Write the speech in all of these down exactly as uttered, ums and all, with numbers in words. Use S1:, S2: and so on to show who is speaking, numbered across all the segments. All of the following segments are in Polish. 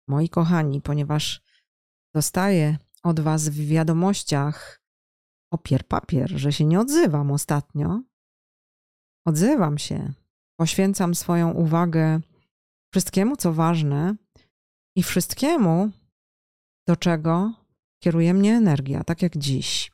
S1: moi kochani, ponieważ dostaję od was w wiadomościach opier papier, że się nie odzywam ostatnio. Odzywam się, poświęcam swoją uwagę wszystkiemu, co ważne i wszystkiemu, do czego kieruje mnie energia, tak jak dziś.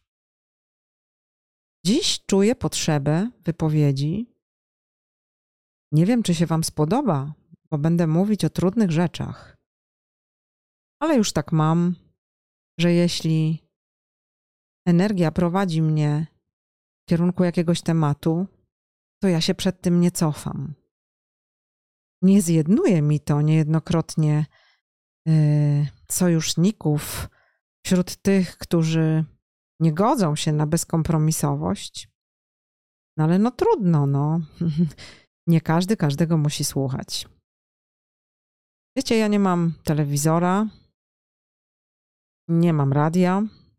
S1: Dziś czuję potrzebę wypowiedzi. Nie wiem, czy się wam spodoba, bo będę mówić o trudnych rzeczach. Ale już tak mam, że jeśli energia prowadzi mnie w kierunku jakiegoś tematu, to ja się przed tym nie cofam. Nie zjednuje mi to niejednokrotnie yy, sojuszników wśród tych, którzy nie godzą się na bezkompromisowość. No ale no trudno, no. Nie każdy każdego musi słuchać. Wiecie, ja nie mam telewizora, nie mam radia,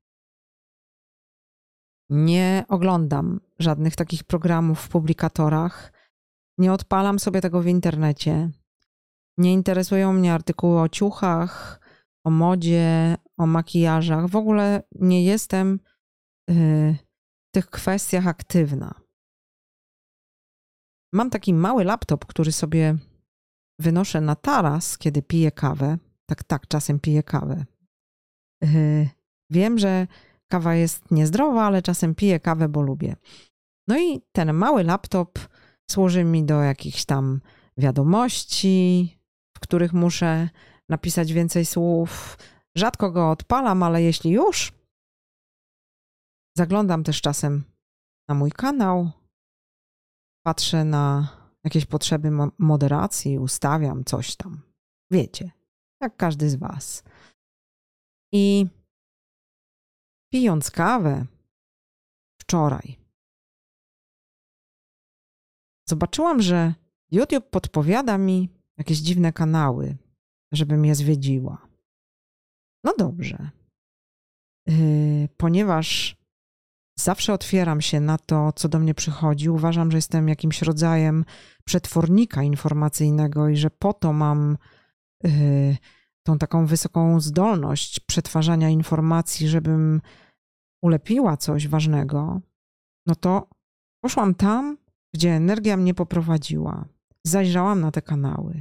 S1: nie oglądam żadnych takich programów w publikatorach, nie odpalam sobie tego w internecie, nie interesują mnie artykuły o ciuchach, o modzie, o makijażach. W ogóle nie jestem yy, w tych kwestiach aktywna. Mam taki mały laptop, który sobie wynoszę na taras, kiedy piję kawę. Tak, tak, czasem piję kawę. Yy, wiem, że kawa jest niezdrowa, ale czasem piję kawę, bo lubię. No i ten mały laptop służy mi do jakichś tam wiadomości, w których muszę napisać więcej słów. Rzadko go odpalam, ale jeśli już, zaglądam też czasem na mój kanał, patrzę na jakieś potrzeby moderacji, ustawiam coś tam. Wiecie, jak każdy z was. I pijąc kawę wczoraj, zobaczyłam, że YouTube podpowiada mi jakieś dziwne kanały, żebym je zwiedziła. No dobrze, yy, ponieważ zawsze otwieram się na to, co do mnie przychodzi. Uważam, że jestem jakimś rodzajem przetwornika informacyjnego i że po to mam yy, tą taką wysoką zdolność przetwarzania informacji, żebym ulepiła coś ważnego. No to poszłam tam, gdzie energia mnie poprowadziła. Zajrzałam na te kanały.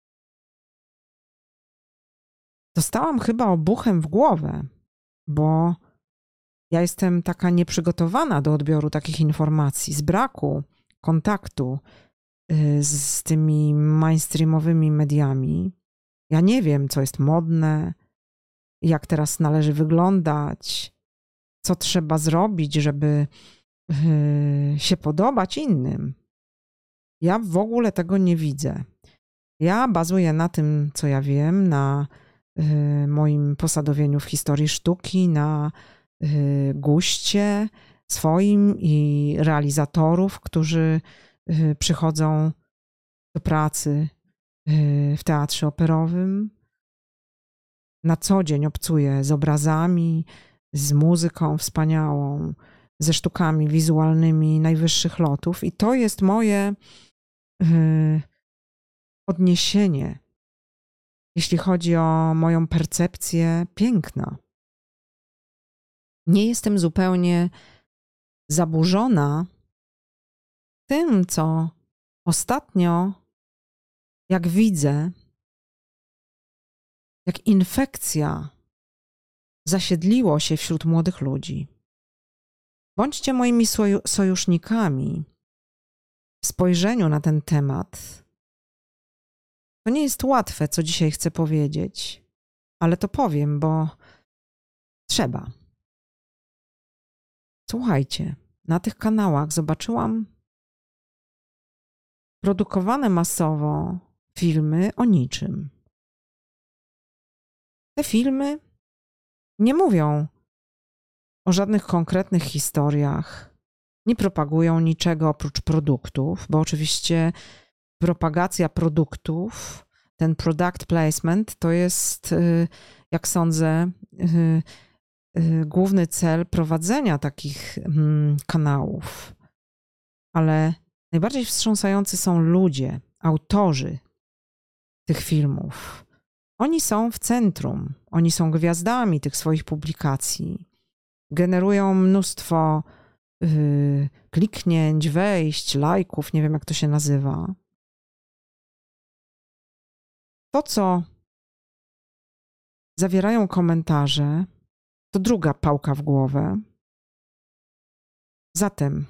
S1: Dostałam chyba obuchem w głowę, bo ja jestem taka nieprzygotowana do odbioru takich informacji, z braku kontaktu z tymi mainstreamowymi mediami. Ja nie wiem, co jest modne, jak teraz należy wyglądać, co trzeba zrobić, żeby się podobać innym. Ja w ogóle tego nie widzę. Ja bazuję na tym, co ja wiem, na moim posadowieniu w historii sztuki, na guście swoim i realizatorów, którzy przychodzą do pracy w teatrze operowym. Na co dzień obcuję z obrazami, z muzyką wspaniałą, ze sztukami wizualnymi najwyższych lotów i to jest moje odniesienie, jeśli chodzi o moją percepcję piękna. Nie jestem zupełnie zaburzona tym, co ostatnio, jak widzę, jak infekcja zasiedliło się wśród młodych ludzi. Bądźcie moimi sojusznikami w spojrzeniu na ten temat. To nie jest łatwe, co dzisiaj chcę powiedzieć, ale to powiem, bo trzeba. Słuchajcie, na tych kanałach zobaczyłam produkowane masowo filmy o niczym. Te filmy nie mówią o żadnych konkretnych historiach, nie propagują niczego oprócz produktów, bo oczywiście propagacja produktów, ten product placement to jest, jak sądzę, główny cel prowadzenia takich kanałów. Ale najbardziej wstrząsający są ludzie, autorzy tych filmów. Oni są w centrum, oni są gwiazdami tych swoich publikacji. Generują mnóstwo yy, kliknięć, wejść, lajków, nie wiem jak to się nazywa. To, co zawierają komentarze, to druga pałka w głowę. Zatem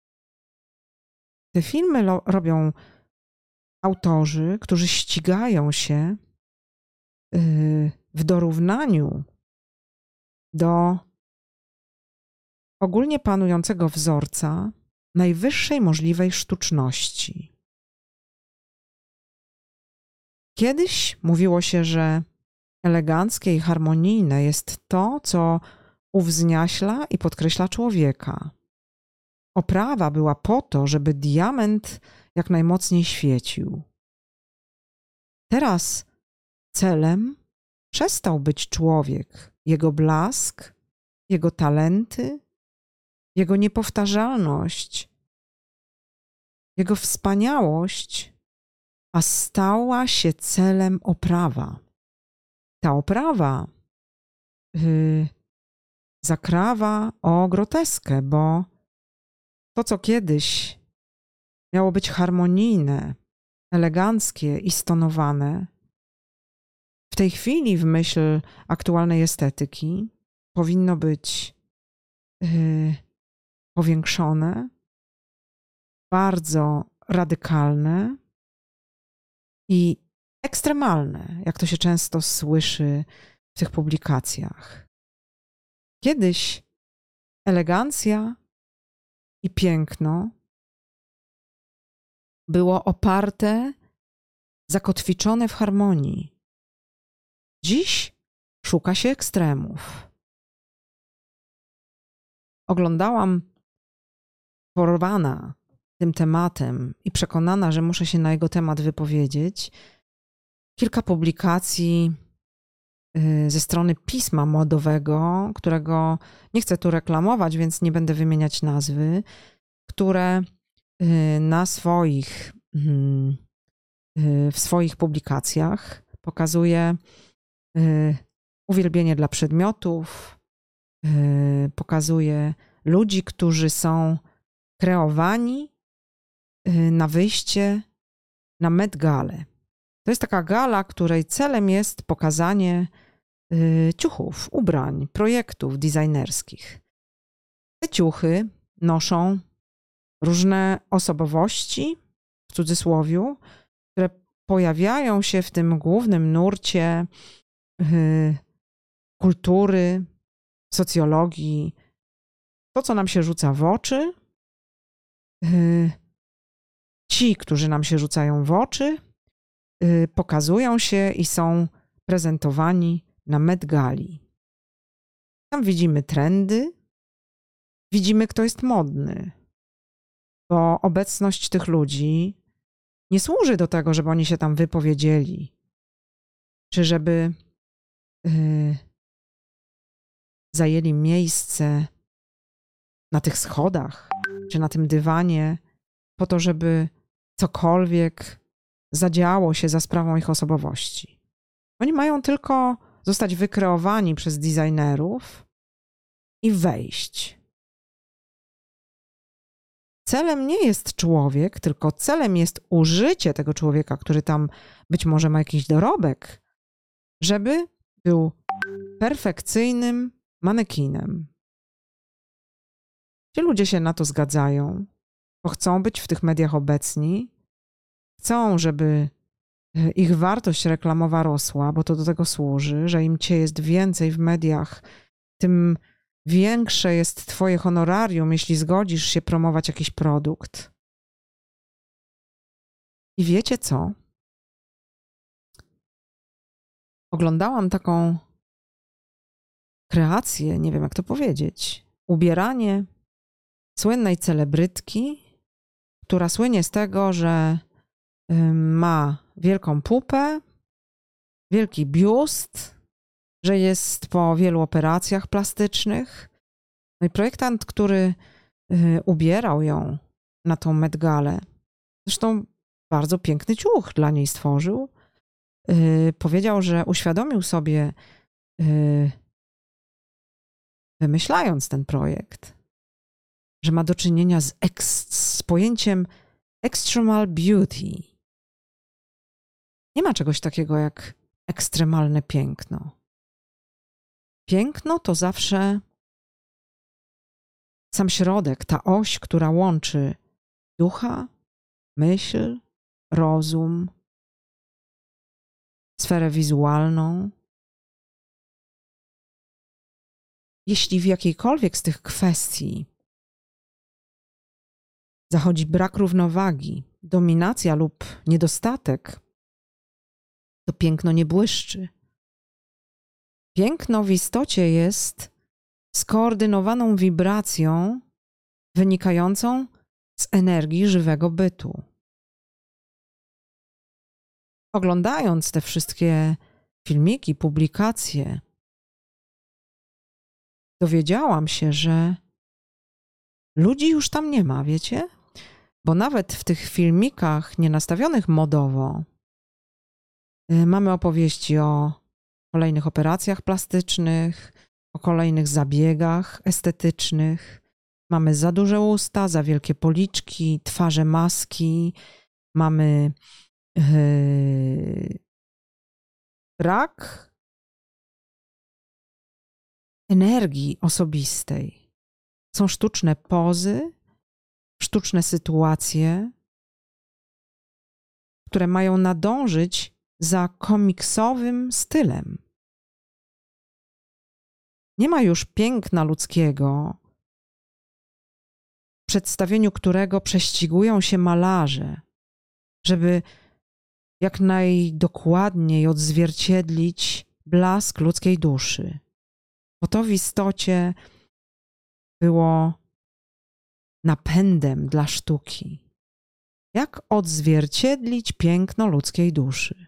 S1: te filmy lo- robią autorzy, którzy ścigają się yy, w dorównaniu do ogólnie panującego wzorca najwyższej możliwej sztuczności. Kiedyś mówiło się, że eleganckie i harmonijne jest to, co uwzniaśla i podkreśla człowieka. Oprawa była po to, żeby diament jak najmocniej świecił. Teraz celem przestał być człowiek, jego blask, jego talenty, jego niepowtarzalność, jego wspaniałość, a stała się celem oprawa. Ta oprawa yy, zakrawa o groteskę, bo to, co kiedyś miało być harmonijne, eleganckie i stonowane, w tej chwili w myśl aktualnej estetyki powinno być yy, powiększone, bardzo radykalne i ekstremalne, jak to się często słyszy w tych publikacjach. Kiedyś elegancja i piękno było oparte, zakotwiczone w harmonii. Dziś szuka się ekstremów. Oglądałam porwana tym tematem i przekonana, że muszę się na jego temat wypowiedzieć, kilka publikacji ze strony pisma modowego, którego nie chcę tu reklamować, więc nie będę wymieniać nazwy, które na swoich, w swoich publikacjach pokazuje uwielbienie dla przedmiotów, pokazuje ludzi, którzy są kreowani na wyjście na Met Galę. To jest taka gala, której celem jest pokazanie ciuchów, ubrań, projektów designerskich. Te ciuchy noszą różne osobowości, w cudzysłowiu, które pojawiają się w tym głównym nurcie kultury, socjologii. To, co nam się rzuca w oczy, ci, którzy nam się rzucają w oczy, pokazują się i są prezentowani na Met Gali. Tam widzimy trendy, widzimy, kto jest modny, bo obecność tych ludzi nie służy do tego, żeby oni się tam wypowiedzieli, czy żeby yy, zajęli miejsce na tych schodach, czy na tym dywanie, po to, żeby cokolwiek zadziało się za sprawą ich osobowości. Oni mają tylko zostać wykreowani przez designerów i wejść. Celem nie jest człowiek, tylko celem jest użycie tego człowieka, który tam być może ma jakiś dorobek, żeby był perfekcyjnym manekinem. Ci ludzie się na to zgadzają, bo chcą być w tych mediach obecni, chcą, żeby ich wartość reklamowa rosła, bo to do tego służy, że im cię jest więcej w mediach, tym większe jest twoje honorarium, jeśli zgodzisz się promować jakiś produkt. I wiecie co? Oglądałam taką kreację, nie wiem jak to powiedzieć, ubieranie słynnej celebrytki, która słynie z tego, że ma wielką pupę, wielki biust, że jest po wielu operacjach plastycznych. No i projektant, który ubierał ją na tą Met Galę, zresztą bardzo piękny ciuch dla niej stworzył, yy, powiedział, że uświadomił sobie, yy, wymyślając ten projekt, że ma do czynienia z, eks, z pojęciem extremal beauty. Nie ma czegoś takiego jak ekstremalne piękno. Piękno to zawsze sam środek, ta oś, która łączy ducha, myśl, rozum, sferę wizualną. Jeśli w jakiejkolwiek z tych kwestii zachodzi brak równowagi, dominacja lub niedostatek, to piękno nie błyszczy. Piękno w istocie jest skoordynowaną wibracją wynikającą z energii żywego bytu. Oglądając te wszystkie filmiki, publikacje, dowiedziałam się, że ludzi już tam nie ma, wiecie? Bo nawet w tych filmikach nienastawionych modowo mamy opowieści o kolejnych operacjach plastycznych, o kolejnych zabiegach estetycznych. Mamy za duże usta, za wielkie policzki, twarze maski. Mamy yy, brak energii osobistej. Są sztuczne pozy, sztuczne sytuacje, które mają nadążyć za komiksowym stylem. Nie ma już piękna ludzkiego, w przedstawieniu którego prześcigują się malarze, żeby jak najdokładniej odzwierciedlić blask ludzkiej duszy. Bo to w istocie było napędem dla sztuki. Jak odzwierciedlić piękno ludzkiej duszy?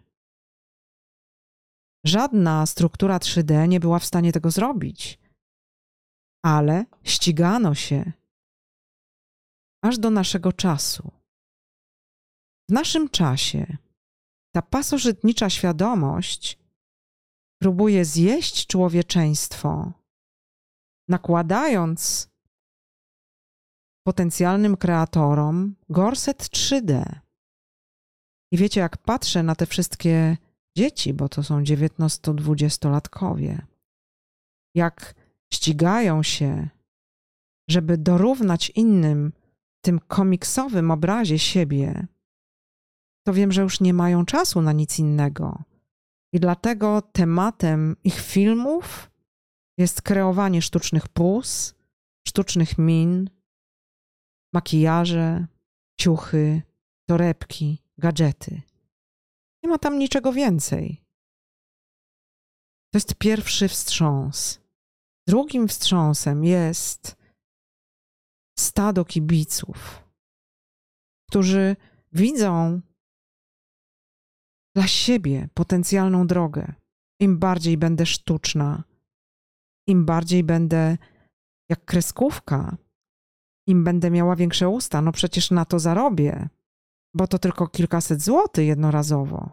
S1: Żadna struktura trzy D nie była w stanie tego zrobić, ale ścigano się aż do naszego czasu. W naszym czasie ta pasożytnicza świadomość próbuje zjeść człowieczeństwo, nakładając potencjalnym kreatorom gorset trzy D. I wiecie, jak patrzę na te wszystkie dzieci, bo to są dziewiętnasto-dwudziestolatkowie, jak ścigają się, żeby dorównać innym w tym komiksowym obrazie siebie, to wiem, że już nie mają czasu na nic innego. I dlatego tematem ich filmów jest kreowanie sztucznych puz, sztucznych min, makijaże, ciuchy, torebki, gadżety. Nie ma tam niczego więcej. To jest pierwszy wstrząs. Drugim wstrząsem jest stado kibiców, którzy widzą dla siebie potencjalną drogę. Im bardziej będę sztuczna, im bardziej będę jak kreskówka, im będę miała większe usta, no przecież na to zarobię, bo to tylko kilkaset złotych jednorazowo.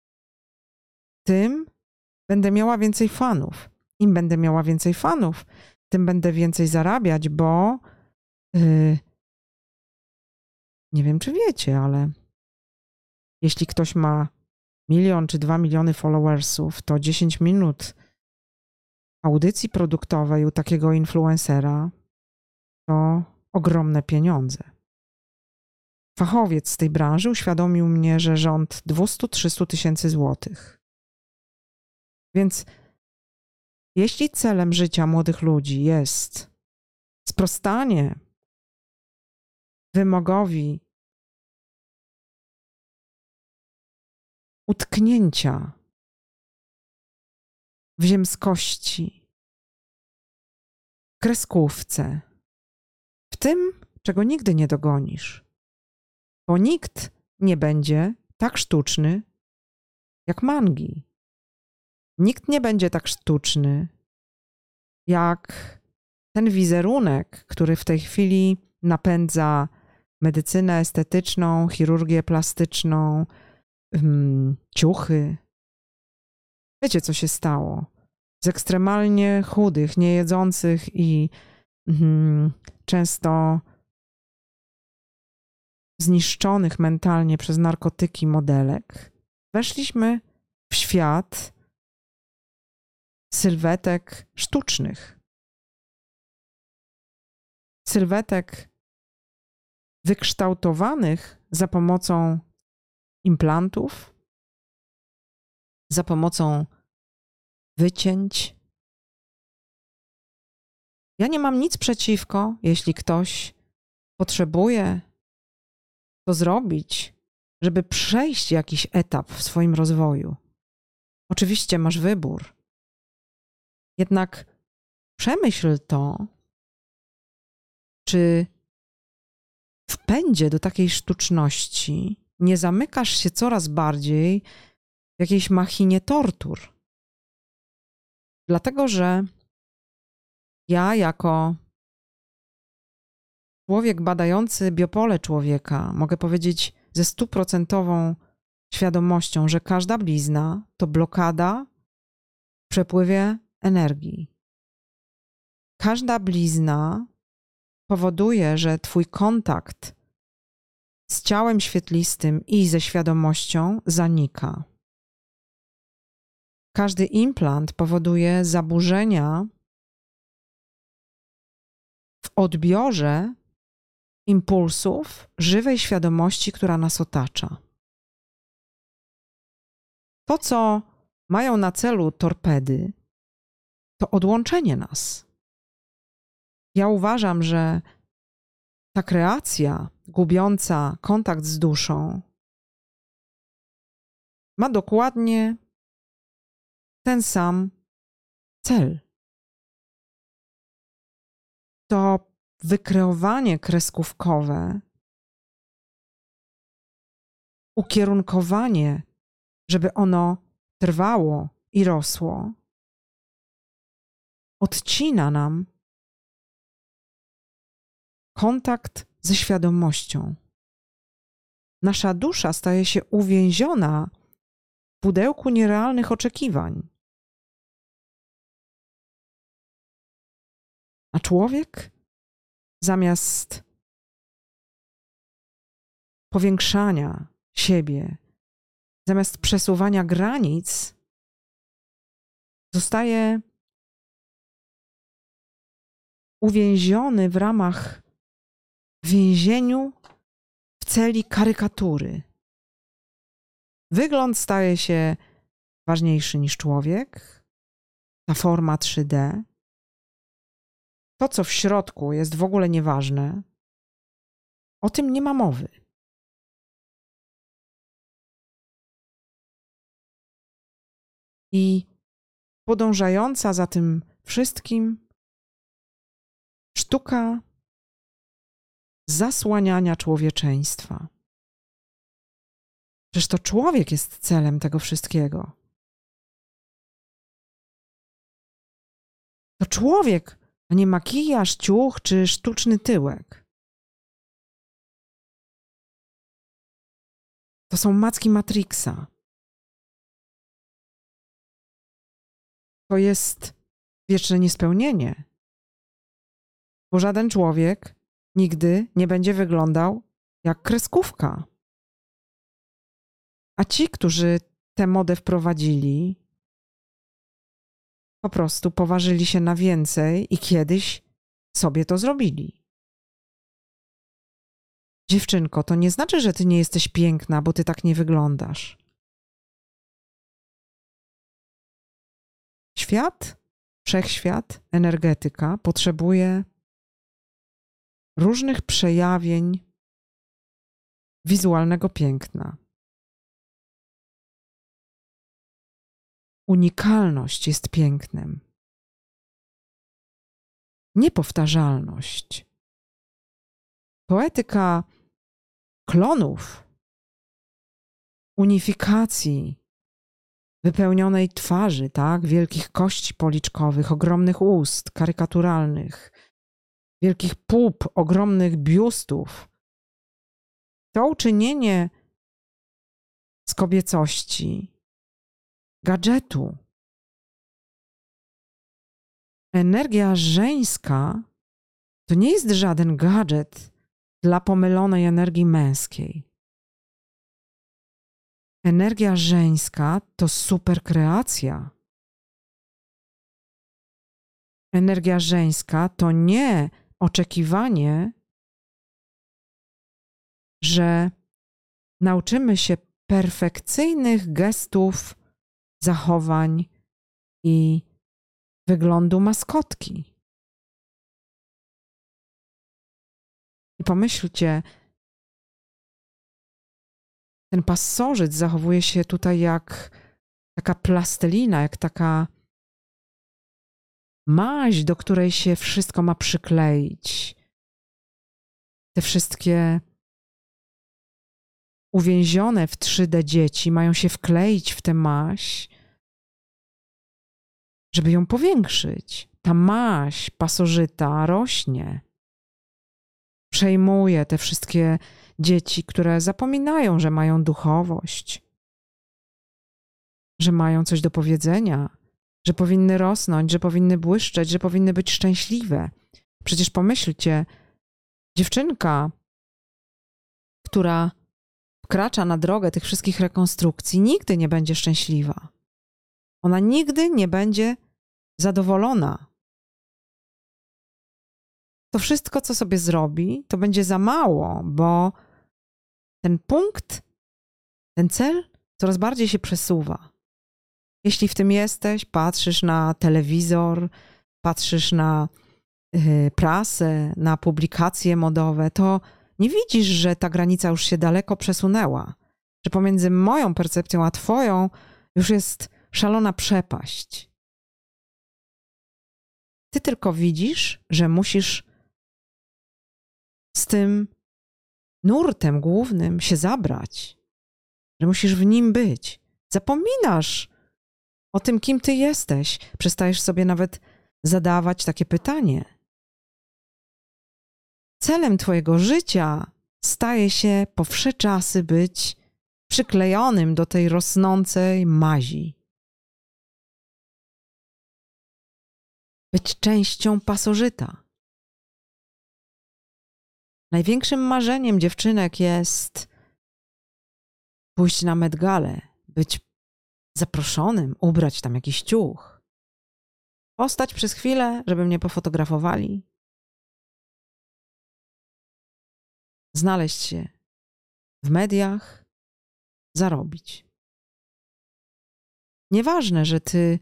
S1: Tym będę miała więcej fanów. Im będę miała więcej fanów, tym będę więcej zarabiać, bo yy, nie wiem, czy wiecie, ale jeśli ktoś ma milion czy dwa miliony followersów, to dziesięć minut audycji produktowej u takiego influencera to ogromne pieniądze. Fachowiec z tej branży uświadomił mnie, że rząd dwieście do trzystu tysięcy złotych. Więc jeśli celem życia młodych ludzi jest sprostanie wymogowi utknięcia w ziemskości, w kreskówce, w tym, czego nigdy nie dogonisz, bo nikt nie będzie tak sztuczny jak mangi. Nikt nie będzie tak sztuczny jak ten wizerunek, który w tej chwili napędza medycynę estetyczną, chirurgię plastyczną, um, ciuchy, Wiecie, co się stało? Z ekstremalnie chudych, niejedzących i mm, często zniszczonych mentalnie przez narkotyki modelek, weszliśmy w świat sylwetek sztucznych. Sylwetek wykształtowanych za pomocą implantów, za pomocą wycięć. Ja nie mam nic przeciwko, jeśli ktoś potrzebuje to zrobić, żeby przejść jakiś etap w swoim rozwoju. Oczywiście masz wybór. Jednak przemyśl to, czy w pędzie do takiej sztuczności nie zamykasz się coraz bardziej w jakiejś machinie tortur. Dlatego, że ja jako człowiek badający biopole człowieka mogę powiedzieć ze stuprocentową świadomością, że każda blizna to blokada w przepływie energii. Każda blizna powoduje, że twój kontakt z ciałem świetlistym i ze świadomością zanika. Każdy implant powoduje zaburzenia w odbiorze impulsów żywej świadomości, która nas otacza. To, co mają na celu torpedy, to odłączenie nas. Ja uważam, że ta kreacja gubiąca kontakt z duszą ma dokładnie ten sam cel. To wykreowanie kreskówkowe, ukierunkowanie, żeby ono trwało i rosło, odcina nam kontakt ze świadomością. Nasza dusza staje się uwięziona w pudełku nierealnych oczekiwań. A człowiek zamiast powiększania siebie, zamiast przesuwania granic, zostaje uwięziony w ramach więzieniu w celi karykatury. Wygląd staje się ważniejszy niż człowiek, ta forma trzy D. To, co w środku jest w ogóle nieważne, o tym nie ma mowy. I podążająca za tym wszystkim sztuka zasłaniania człowieczeństwa. Przecież to człowiek jest celem tego wszystkiego. To człowiek, a nie makijaż, ciuch czy sztuczny tyłek. To są macki Matrixa. To jest wieczne niespełnienie. Bo żaden człowiek nigdy nie będzie wyglądał jak kreskówka. A ci, którzy tę modę wprowadzili, po prostu poważyli się na więcej i kiedyś sobie to zrobili. Dziewczynko, to nie znaczy, że ty nie jesteś piękna, bo ty tak nie wyglądasz. Świat, wszechświat, energetyka potrzebuje różnych przejawień wizualnego piękna. Unikalność jest pięknem. Niepowtarzalność. Poetyka klonów, unifikacji, wypełnionej twarzy, tak? Wielkich kości policzkowych, ogromnych ust karykaturalnych, wielkich pup, ogromnych biustów. To uczynienie z kobiecości gadżetu, Energia żeńska to nie jest żaden gadżet dla pomylonej energii męskiej. Energia żeńska to super kreacja. Energia żeńska to nie oczekiwanie, że nauczymy się perfekcyjnych gestów, zachowań i wyglądu maskotki. I pomyślcie, ten pasożyt zachowuje się tutaj jak taka plastelina, jak taka maź, do której się wszystko ma przykleić. Te wszystkie uwięzione w trzy D dzieci mają się wkleić w tę maź, żeby ją powiększyć. Ta maź pasożyta rośnie. Przejmuje te wszystkie dzieci, które zapominają, że mają duchowość, że mają coś do powiedzenia, że powinny rosnąć, że powinny błyszczeć, że powinny być szczęśliwe. Przecież pomyślcie, dziewczynka, która wkracza na drogę tych wszystkich rekonstrukcji, nigdy nie będzie szczęśliwa. Ona nigdy nie będzie zadowolona. To wszystko, co sobie zrobi, to będzie za mało, bo ten punkt, ten cel coraz bardziej się przesuwa. Jeśli w tym jesteś, patrzysz na telewizor, patrzysz na yy, prasę, na publikacje modowe, to nie widzisz, że ta granica już się daleko przesunęła, że pomiędzy moją percepcją a twoją już jest szalona przepaść. Ty tylko widzisz, że musisz z tym nurtem głównym się zabrać, że musisz w nim być. Zapominasz o tym, kim ty jesteś. Przestajesz sobie nawet zadawać takie pytanie. Celem twojego życia staje się po wsze czasy być przyklejonym do tej rosnącej mazi. Być częścią pasożyta. Największym marzeniem dziewczynek jest pójść na Met Galę, być zaproszonym, ubrać tam jakiś ciuch, postać przez chwilę, żeby mnie pofotografowali, znaleźć się w mediach, zarobić. Nieważne, że ty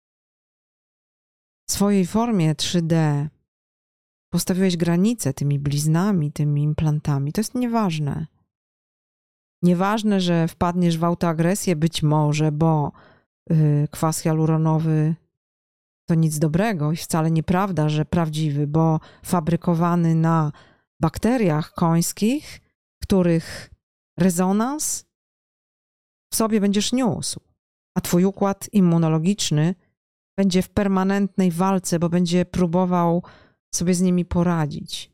S1: w swojej formie trzy D postawiłeś granicę tymi bliznami, tymi implantami. To jest nieważne. Nieważne, że wpadniesz w autoagresję, być może, bo yy, kwas hialuronowy to nic dobrego i wcale nieprawda, że prawdziwy, bo fabrykowany na bakteriach końskich, których rezonans w sobie będziesz niósł, a twój układ immunologiczny będzie w permanentnej walce, bo będzie próbował sobie z nimi poradzić.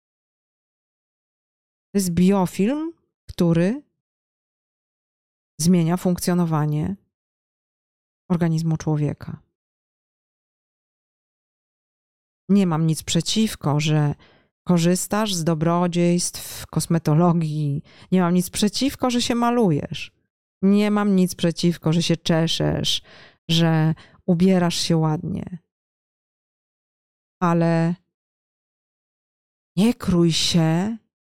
S1: To jest biofilm, który zmienia funkcjonowanie organizmu człowieka. Nie mam nic przeciwko, że korzystasz z dobrodziejstw kosmetologii. Nie mam nic przeciwko, że się malujesz. Nie mam nic przeciwko, że się czeszesz, że ubierasz się ładnie. Ale nie krój się,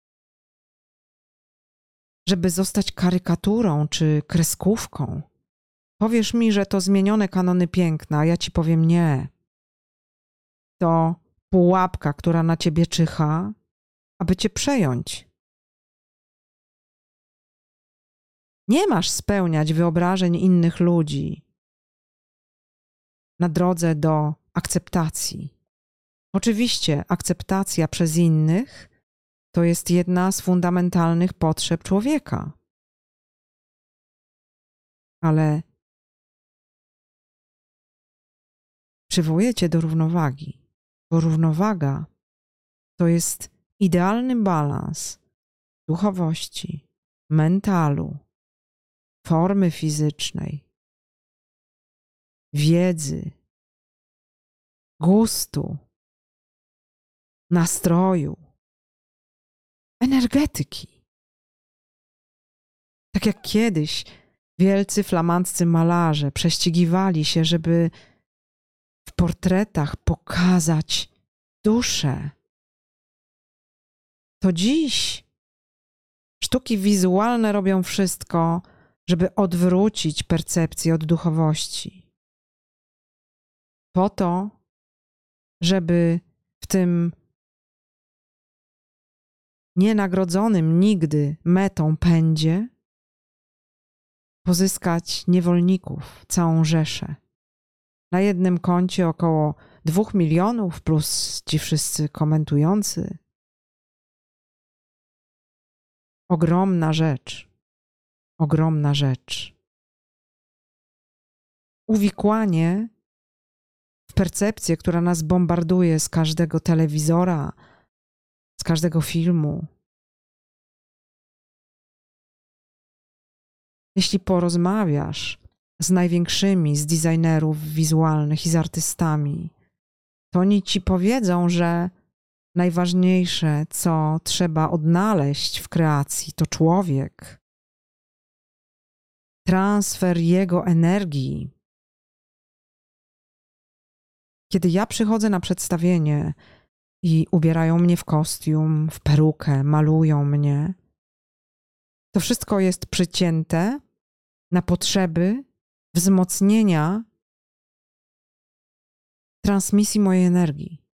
S1: żeby zostać karykaturą czy kreskówką. Powiesz mi, że to zmienione kanony piękna, a ja ci powiem nie. To pułapka, która na ciebie czyha, aby cię przejąć. Nie masz spełniać wyobrażeń innych ludzi na drodze do akceptacji. Oczywiście akceptacja przez innych to jest jedna z fundamentalnych potrzeb człowieka. Ale przywołuję cię do równowagi, bo równowaga to jest idealny balans duchowości, mentalu, formy fizycznej, wiedzy, gustu, nastroju, energetyki. Tak jak kiedyś wielcy flamandzcy malarze prześcigiwali się, żeby w portretach pokazać duszę, to dziś sztuki wizualne robią wszystko, żeby odwrócić percepcję od duchowości. Po to, żeby w tym nienagrodzonym nigdy metą pędzie pozyskać niewolników, całą rzeszę. Na jednym koncie około dwóch milionów plus ci wszyscy komentujący. Ogromna rzecz. Ogromna rzecz. Uwikłanie w percepcję, która nas bombarduje z każdego telewizora, z każdego filmu. Jeśli porozmawiasz z największymi z designerów wizualnych i z artystami, to oni ci powiedzą, że najważniejsze, co trzeba odnaleźć w kreacji, to człowiek. Transfer jego energii. Kiedy ja przychodzę na przedstawienie i ubierają mnie w kostium, w perukę, malują mnie, to wszystko jest przycięte na potrzeby wzmocnienia transmisji mojej energii.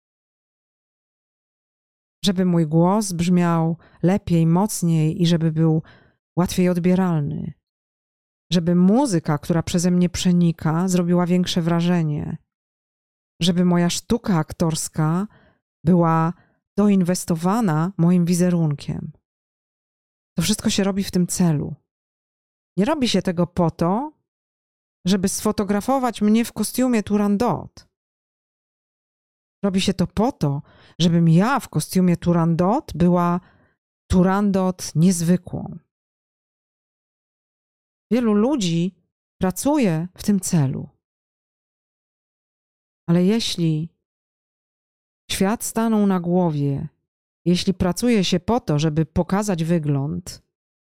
S1: Żeby mój głos brzmiał lepiej, mocniej i żeby był łatwiej odbieralny. Żeby muzyka, która przeze mnie przenika, zrobiła większe wrażenie. Żeby moja sztuka aktorska była doinwestowana moim wizerunkiem. To wszystko się robi w tym celu. Nie robi się tego po to, żeby sfotografować mnie w kostiumie Turandot. Robi się to po to, żebym ja w kostiumie Turandot była Turandot niezwykłą. Wielu ludzi pracuje w tym celu. Ale jeśli świat stanął na głowie, jeśli pracuje się po to, żeby pokazać wygląd,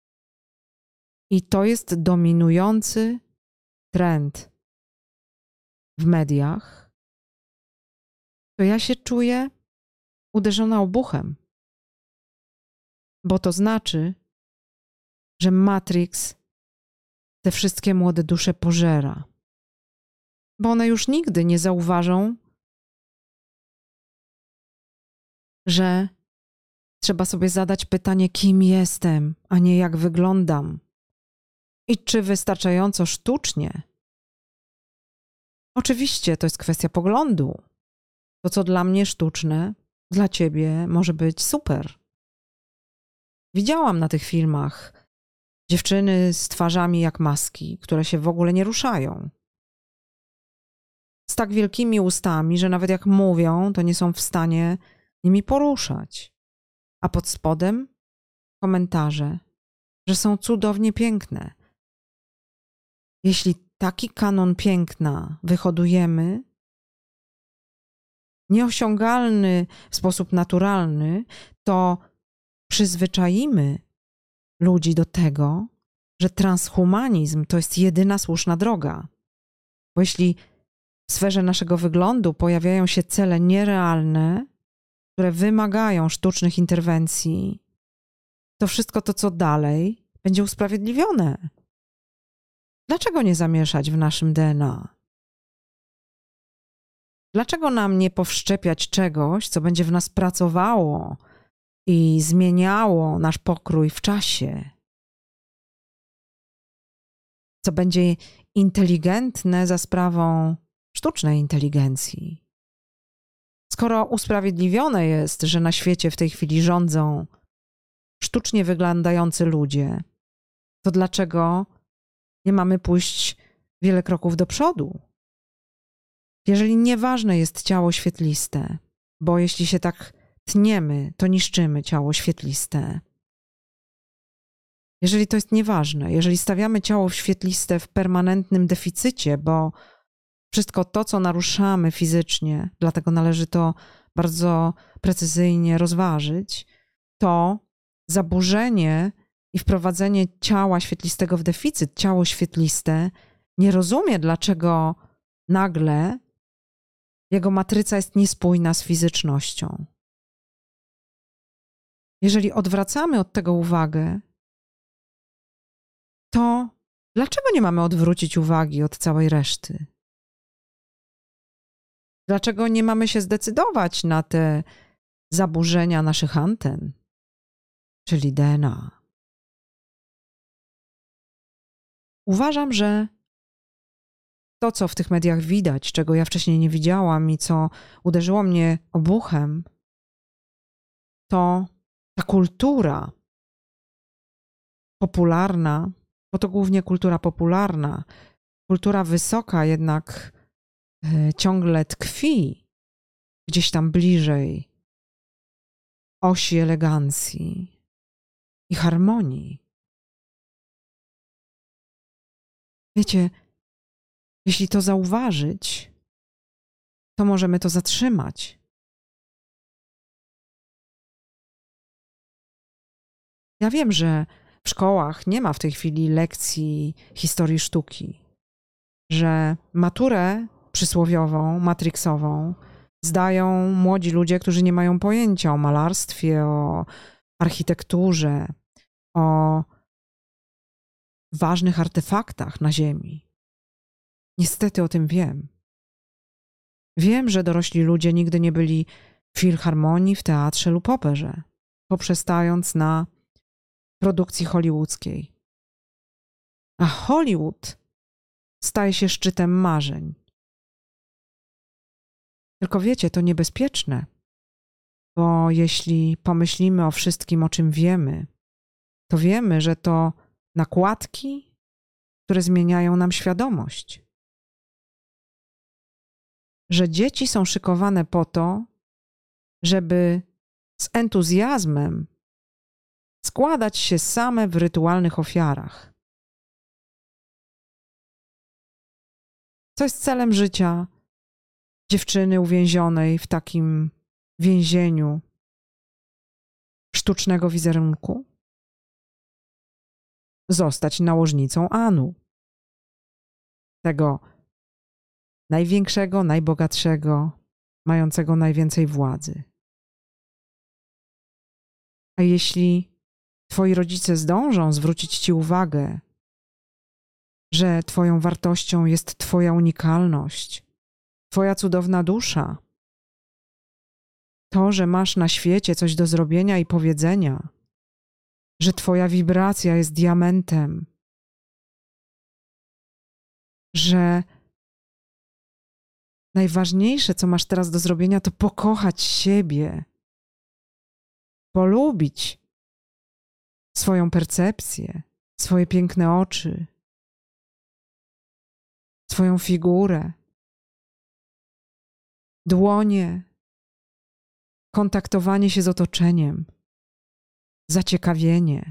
S1: i to jest dominujący trend w mediach, to ja się czuję uderzona obuchem. Bo to znaczy, że Matrix te wszystkie młode dusze pożera. Bo one już nigdy nie zauważą, że trzeba sobie zadać pytanie, kim jestem, a nie jak wyglądam. I czy wystarczająco sztucznie? Oczywiście to jest kwestia poglądu. To, co dla mnie sztuczne, dla ciebie może być super. Widziałam na tych filmach dziewczyny z twarzami jak maski, które się w ogóle nie ruszają. Z tak wielkimi ustami, że nawet jak mówią, to nie są w stanie nimi poruszać. A pod spodem komentarze, że są cudownie piękne. Jeśli taki kanon piękna wyhodujemy, nieosiągalny w sposób naturalny, to przyzwyczaimy ludzi do tego, że transhumanizm to jest jedyna słuszna droga. Bo jeśli w sferze naszego wyglądu pojawiają się cele nierealne, które wymagają sztucznych interwencji, to wszystko to, co dalej, będzie usprawiedliwione. Dlaczego nie zamieszać w naszym D N A? Dlaczego nam nie powszczepiać czegoś, co będzie w nas pracowało i zmieniało nasz pokrój w czasie? Co będzie inteligentne za sprawą sztucznej inteligencji? Skoro usprawiedliwione jest, że na świecie w tej chwili rządzą sztucznie wyglądający ludzie, to dlaczego nie mamy pójść wiele kroków do przodu? Jeżeli nieważne jest ciało świetliste, bo jeśli się tak tniemy, to niszczymy ciało świetliste. Jeżeli to jest nieważne, jeżeli stawiamy ciało świetliste w permanentnym deficycie, bo Wszystko to, co naruszamy fizycznie, dlatego należy to bardzo precyzyjnie rozważyć, to zaburzenie i wprowadzenie ciała świetlistego w deficyt. Ciało świetliste nie rozumie, dlaczego nagle jego matryca jest niespójna z fizycznością. Jeżeli odwracamy od tego uwagę, to dlaczego nie mamy odwrócić uwagi od całej reszty? Dlaczego nie mamy się zdecydować na te zaburzenia naszych anten, czyli D N A? Uważam, że to, co w tych mediach widać, czego ja wcześniej nie widziałam i co uderzyło mnie obuchem, to ta kultura popularna, bo to głównie kultura popularna, kultura wysoka jednak y, ciągle tkwi gdzieś tam bliżej osi elegancji i harmonii. Wiecie, jeśli to zauważyć, to możemy to zatrzymać. Ja wiem, że w szkołach nie ma w tej chwili lekcji historii sztuki, że maturę przysłowiową, matrixową zdają młodzi ludzie, którzy nie mają pojęcia o malarstwie, o architekturze, o ważnych artefaktach na Ziemi. Niestety o tym wiem. Wiem, że dorośli ludzie nigdy nie byli w filharmonii, w teatrze lub operze, poprzestając na produkcji hollywoodzkiej. A Hollywood staje się szczytem marzeń. Tylko wiecie, to niebezpieczne, bo jeśli pomyślimy o wszystkim, o czym wiemy, to wiemy, że to nakładki, które zmieniają nam świadomość. Że dzieci są szykowane po to, żeby z entuzjazmem składać się same w rytualnych ofiarach. Co jest celem życia dziewczyny uwięzionej w takim więzieniu sztucznego wizerunku? Zostać nałożnicą Anu. Tego największego, najbogatszego, mającego najwięcej władzy. A jeśli twoi rodzice zdążą zwrócić ci uwagę, że twoją wartością jest twoja unikalność, twoja cudowna dusza, to, że masz na świecie coś do zrobienia i powiedzenia, że twoja wibracja jest diamentem, że najważniejsze, co masz teraz do zrobienia, to pokochać siebie, polubić swoją percepcję, swoje piękne oczy, swoją figurę, dłonie, kontaktowanie się z otoczeniem, zaciekawienie.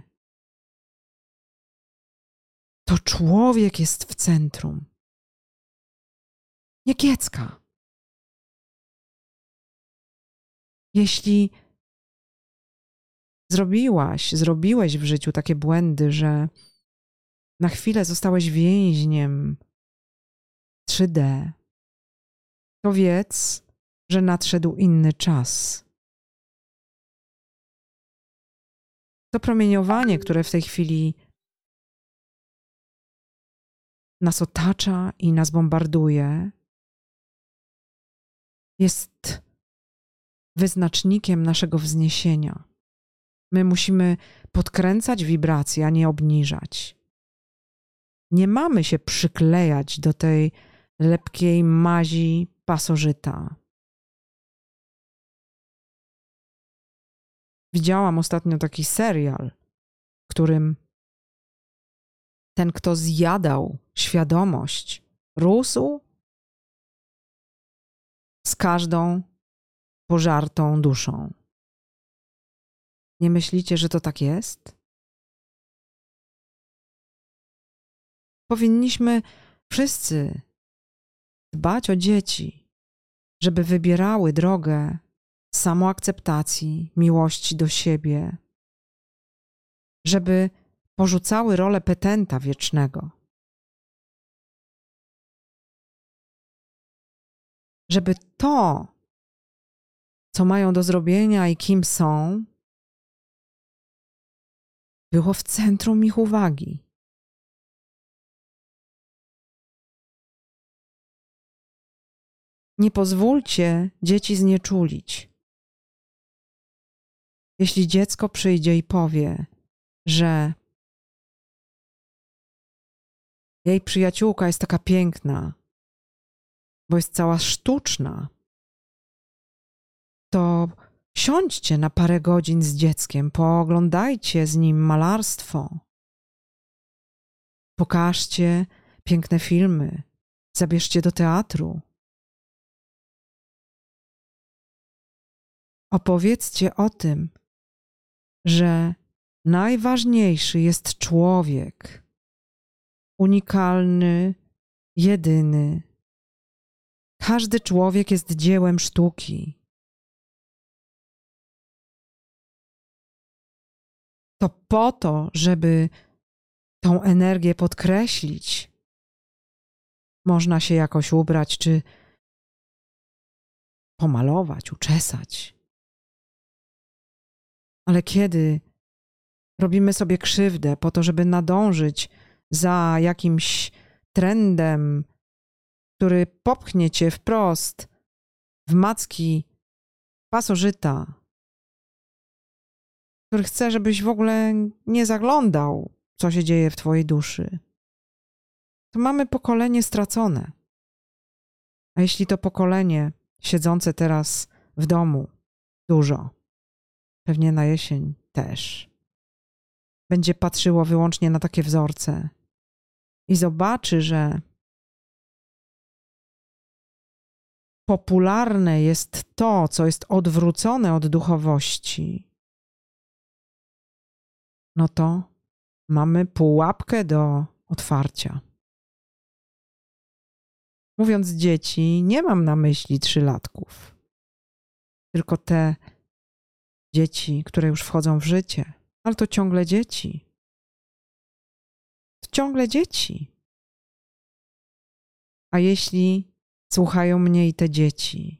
S1: To człowiek jest w centrum. Nie kiecka. Jeśli zrobiłaś, zrobiłeś w życiu takie błędy, że na chwilę zostałeś więźniem trzy D, to wiedz, że nadszedł inny czas. To promieniowanie, które w tej chwili nas otacza i nas bombarduje, jest wyznacznikiem naszego wzniesienia. My musimy podkręcać wibracje, a nie obniżać. Nie mamy się przyklejać do tej lepkiej mazi pasożyta. Widziałam ostatnio taki serial, w którym ten, kto zjadał świadomość, rósł z każdą pożartą duszą. Nie myślicie, że to tak jest? Powinniśmy wszyscy dbać o dzieci, żeby wybierały drogę samoakceptacji, miłości do siebie, żeby porzucały rolę petenta wiecznego, żeby to, co mają do zrobienia i kim są, było w centrum ich uwagi. Nie pozwólcie dzieci znieczulić. Jeśli dziecko przyjdzie i powie, że jej przyjaciółka jest taka piękna, bo jest cała sztuczna, to siądźcie na parę godzin z dzieckiem, pooglądajcie z nim malarstwo. Pokażcie piękne filmy, zabierzcie do teatru. Opowiedzcie o tym, że najważniejszy jest człowiek, unikalny, jedyny. Każdy człowiek jest dziełem sztuki. To po to, żeby tą energię podkreślić, można się jakoś ubrać, czy pomalować, uczesać. Ale kiedy robimy sobie krzywdę po to, żeby nadążyć za jakimś trendem, który popchnie cię wprost w macki pasożyta, który chce, żebyś w ogóle nie zaglądał, co się dzieje w twojej duszy, to mamy pokolenie stracone. A jeśli to pokolenie siedzące teraz w domu dużo, pewnie na jesień też, będzie patrzyło wyłącznie na takie wzorce i zobaczy, że popularne jest to, co jest odwrócone od duchowości, no to mamy pułapkę do otwarcia. Mówiąc dzieci, nie mam na myśli trzylatków, tylko te dzieci, które już wchodzą w życie, ale to ciągle dzieci. To ciągle dzieci. A jeśli słuchają mnie i te dzieci,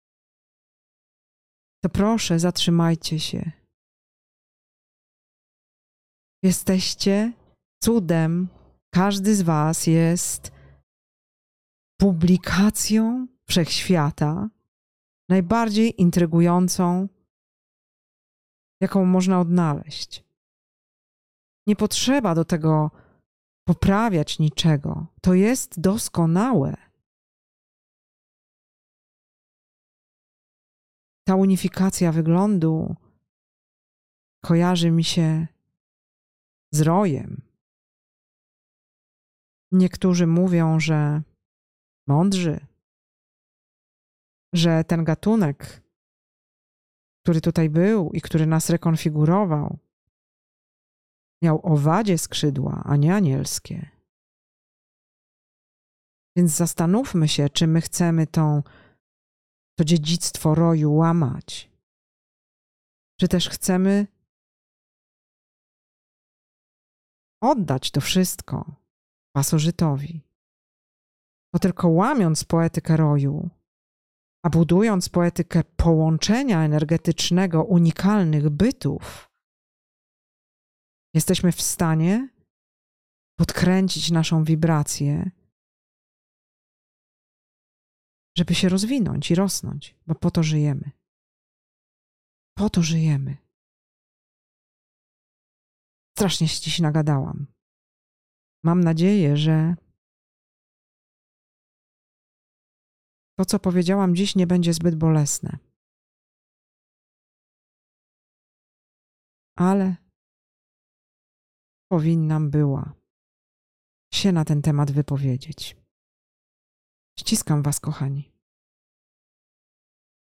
S1: to proszę, zatrzymajcie się. Jesteście cudem. Każdy z was jest publikacją wszechświata, najbardziej intrygującą, jaką można odnaleźć. Nie potrzeba do tego poprawiać niczego. To jest doskonałe. Ta unifikacja wyglądu kojarzy mi się z rojem. Niektórzy mówią, że mądrzy, że ten gatunek, który tutaj był i który nas rekonfigurował, miał owadzie skrzydła, a nie anielskie. Więc zastanówmy się, czy my chcemy tą, to dziedzictwo roju łamać, czy też chcemy oddać to wszystko pasożytowi. Bo tylko łamiąc poetykę roju, a budując poetykę połączenia energetycznego unikalnych bytów, jesteśmy w stanie podkręcić naszą wibrację, żeby się rozwinąć i rosnąć, bo po to żyjemy. Po to żyjemy. Strasznie się dziś nagadałam. Mam nadzieję, że to, co powiedziałam dziś, nie będzie zbyt bolesne. Ale powinnam była się na ten temat wypowiedzieć. Ściskam was, kochani.